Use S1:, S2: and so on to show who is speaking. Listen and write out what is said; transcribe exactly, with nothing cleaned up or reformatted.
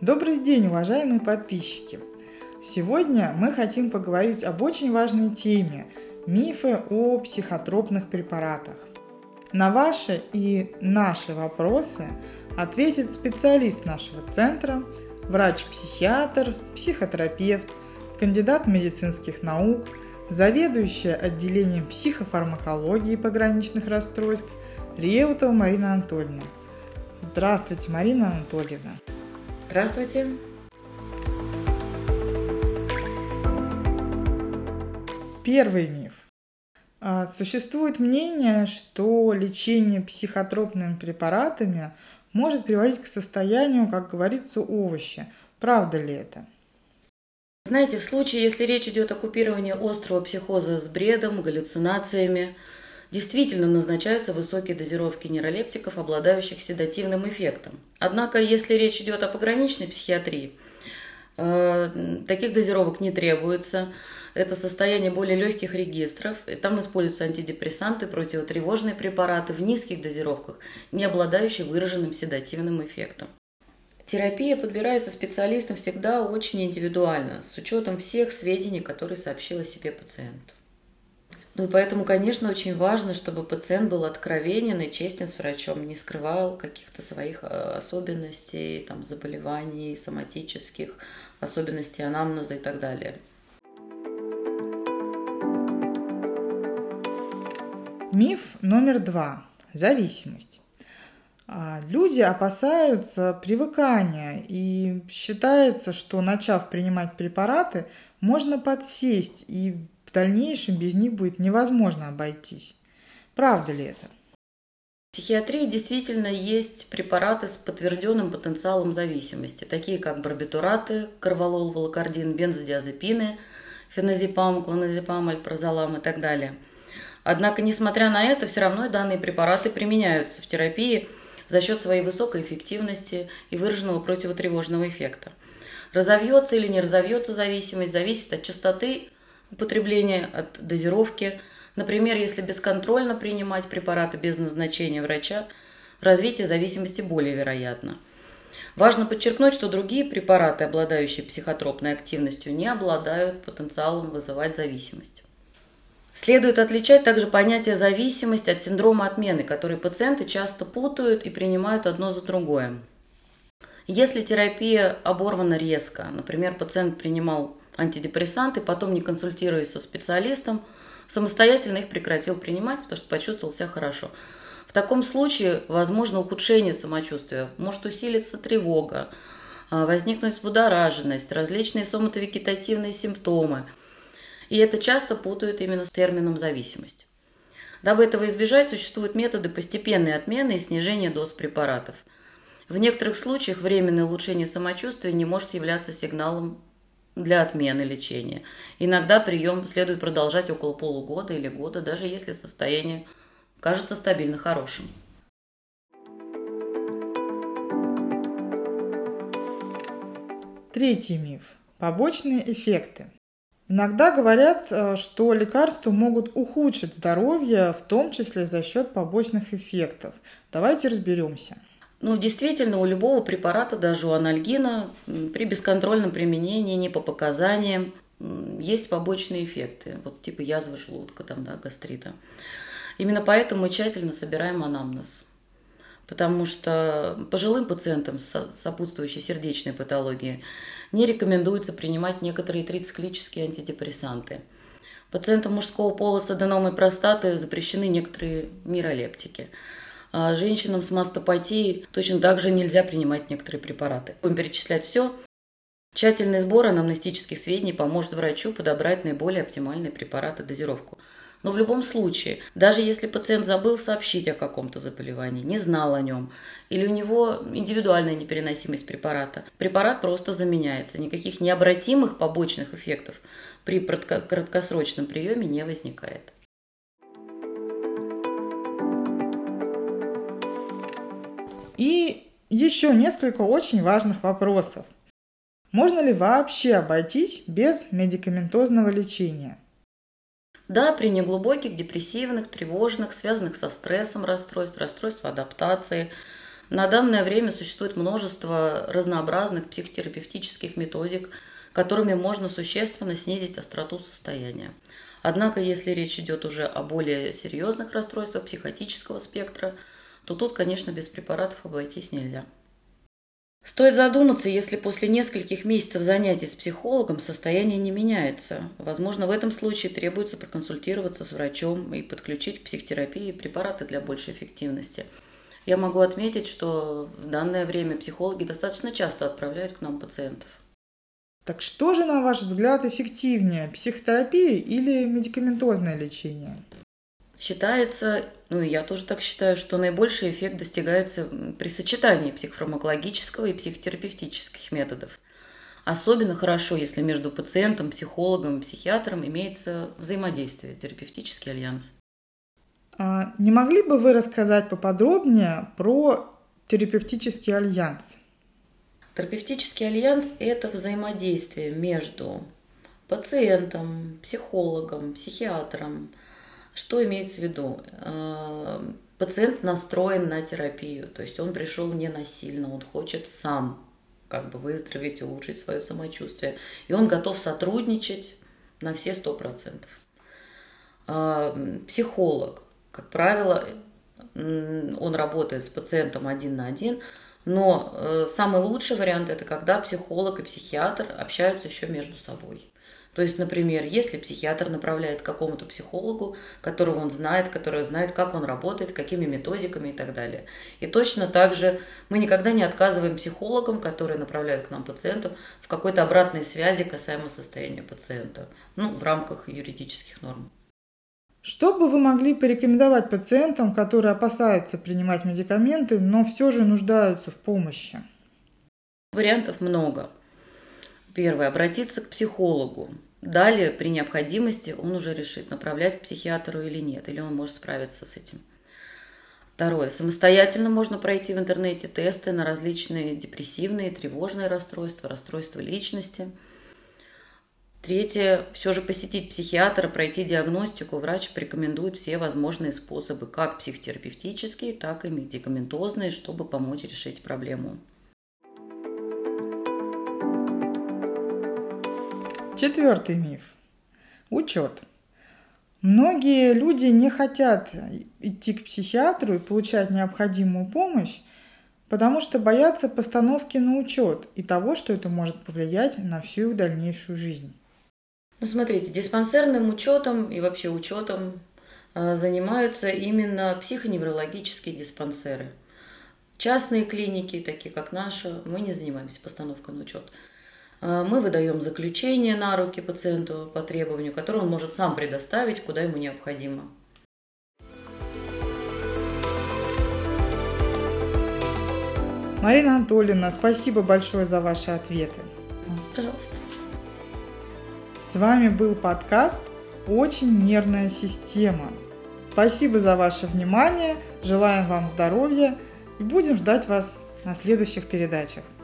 S1: Добрый день, уважаемые подписчики! Сегодня мы хотим поговорить об очень важной теме – мифы о психотропных препаратах. На ваши и наши вопросы ответит специалист нашего центра, врач-психиатр, психотерапевт, кандидат медицинских наук, заведующая отделением психофармакологии пограничных расстройств Реутова Марина Анатольевна. Здравствуйте, Марина Анатольевна.
S2: Здравствуйте.
S1: Первый миф. Существует мнение, что лечение психотропными препаратами может приводить к состоянию, как говорится, овоща. Правда ли это?
S2: Знаете, в случае, если речь идет о купировании острого психоза с бредом, галлюцинациями, действительно назначаются высокие дозировки нейролептиков, обладающих седативным эффектом. Однако, если речь идет о пограничной психиатрии, таких дозировок не требуется. Это состояние более легких регистров. Там используются антидепрессанты, противотревожные препараты в низких дозировках, не обладающие выраженным седативным эффектом. Терапия подбирается специалистам всегда очень индивидуально, с учетом всех сведений, которые сообщил о себе пациент. Ну и поэтому, конечно, очень важно, чтобы пациент был откровенен и честен с врачом, не скрывал каких-то своих особенностей, там, заболеваний, соматических особенностей анамнеза и так далее.
S1: Миф номер два. Зависимость. Люди опасаются привыкания и считается, что, начав принимать препараты, можно подсесть и в дальнейшем без них будет невозможно обойтись. Правда ли это?
S2: В психиатрии действительно есть препараты с подтвержденным потенциалом зависимости, такие как барбитураты, карвалол, волокордин, бензодиазепины, феназепам, клоназепам, альпразолам и так далее. Однако, несмотря на это, все равно данные препараты применяются в терапии за счет своей высокой эффективности и выраженного противотревожного эффекта. Разовьется или не разовьется зависимость зависит от частоты употребления, от дозировки. Например, если бесконтрольно принимать препараты без назначения врача, развитие зависимости более вероятно. Важно подчеркнуть, что другие препараты, обладающие психотропной активностью, не обладают потенциалом вызывать зависимость. Следует отличать также понятие зависимость от синдрома отмены, который пациенты часто путают и принимают одно за другое. Если терапия оборвана резко, например, пациент принимал антидепрессанты, потом, не консультируясь со специалистом, самостоятельно их прекратил принимать, потому что почувствовал себя хорошо. В таком случае возможно ухудшение самочувствия, может усилиться тревога, возникнуть взбудораженность, различные соматовегетативные симптомы. И это часто путают именно с термином зависимость. Дабы этого избежать, существуют методы постепенной отмены и снижения доз препаратов. В некоторых случаях временное улучшение самочувствия не может являться сигналом для отмены лечения. Иногда прием следует продолжать около полугода или года, даже если состояние кажется стабильно хорошим.
S1: Третий миф. Побочные эффекты. Иногда говорят, что лекарства могут ухудшить здоровье, в том числе за счет побочных эффектов. Давайте разберемся.
S2: Ну, действительно, у любого препарата, даже у анальгина, при бесконтрольном применении, не по показаниям, есть побочные эффекты, вот типа язвы желудка, там, да, гастрита. Именно поэтому мы тщательно собираем анамнез. Потому что пожилым пациентам с сопутствующей сердечной патологией не рекомендуется принимать некоторые трициклические антидепрессанты. Пациентам мужского пола с аденомой простаты запрещены некоторые нейролептики. А женщинам с мастопатией точно так же нельзя принимать некоторые препараты. Будем перечислять все. Тщательный сбор анамнестических сведений поможет врачу подобрать наиболее оптимальные препараты, дозировку. Но в любом случае, даже если пациент забыл сообщить о каком-то заболевании, не знал о нем, или у него индивидуальная непереносимость препарата, препарат просто заменяется. Никаких необратимых побочных эффектов при краткосрочном приеме не возникает.
S1: И еще несколько очень важных вопросов. Можно ли вообще обойтись без медикаментозного лечения?
S2: Да, при неглубоких, депрессивных, тревожных, связанных со стрессом расстройств, расстройств адаптации, На данное время существует множество разнообразных психотерапевтических методик, которыми можно существенно снизить остроту состояния. Однако, если речь идет уже о более серьезных расстройствах психотического спектра, то тут, конечно, без препаратов обойтись нельзя. Стоит задуматься, если после нескольких месяцев занятий с психологом состояние не меняется. Возможно, в этом случае требуется проконсультироваться с врачом и подключить к психотерапии препараты для большей эффективности. Я могу отметить, что в данное время психологи достаточно часто отправляют к нам пациентов.
S1: Так что же, на ваш взгляд, эффективнее, психотерапия или медикаментозное лечение?
S2: Считается, ну и я тоже так считаю, что наибольший эффект достигается при сочетании психофармакологического и психотерапевтических методов. Особенно хорошо, если между пациентом, психологом и психиатром имеется взаимодействие, терапевтический альянс.
S1: А не могли бы вы рассказать поподробнее про терапевтический альянс?
S2: Терапевтический альянс – это взаимодействие между пациентом, психологом, психиатром. Что имеется в виду? Пациент настроен на терапию, то есть он пришел не насильно, он хочет сам как бы выздороветь, улучшить свое самочувствие, и он готов сотрудничать на все сто процентов. Психолог, как правило, он работает с пациентом один на один, но самый лучший вариант – это когда психолог и психиатр общаются еще между собой. То есть, например, если психиатр направляет к какому-то психологу, которого он знает, который знает, как он работает, какими методиками и так далее. И точно так же мы никогда не отказываем психологам, которые направляют к нам пациентов, в какой-то обратной связи касаемо состояния пациента, ну, в рамках юридических норм.
S1: Что бы вы могли порекомендовать пациентам, которые опасаются принимать медикаменты, но все же нуждаются в помощи?
S2: Вариантов много. Первое. Обратиться к психологу. Далее, при необходимости, он уже решит, направлять к психиатру или нет, или он может справиться с этим. Второе. Самостоятельно можно пройти в интернете тесты на различные депрессивные, тревожные расстройства, расстройства личности. Третье. Все же посетить психиатра, пройти диагностику. Врач порекомендует все возможные способы, как психотерапевтические, так и медикаментозные, чтобы помочь решить проблему.
S1: Четвертый миф. Учет. Многие люди не хотят идти к психиатру и получать необходимую помощь, потому что боятся постановки на учет и того, что это может повлиять на всю их дальнейшую жизнь.
S2: Ну, смотрите, диспансерным учетом и вообще учетом занимаются именно психоневрологические диспансеры. Частные клиники, такие как наша, мы не занимаемся постановкой на учет. Мы выдаем заключение на руки пациенту по требованию, которое он может сам предоставить, куда ему необходимо.
S1: Марина Анатольевна, спасибо большое за ваши ответы.
S2: Пожалуйста.
S1: С вами был подкаст «Очень нервная система». Спасибо за ваше внимание, желаем вам здоровья и будем ждать вас на следующих передачах.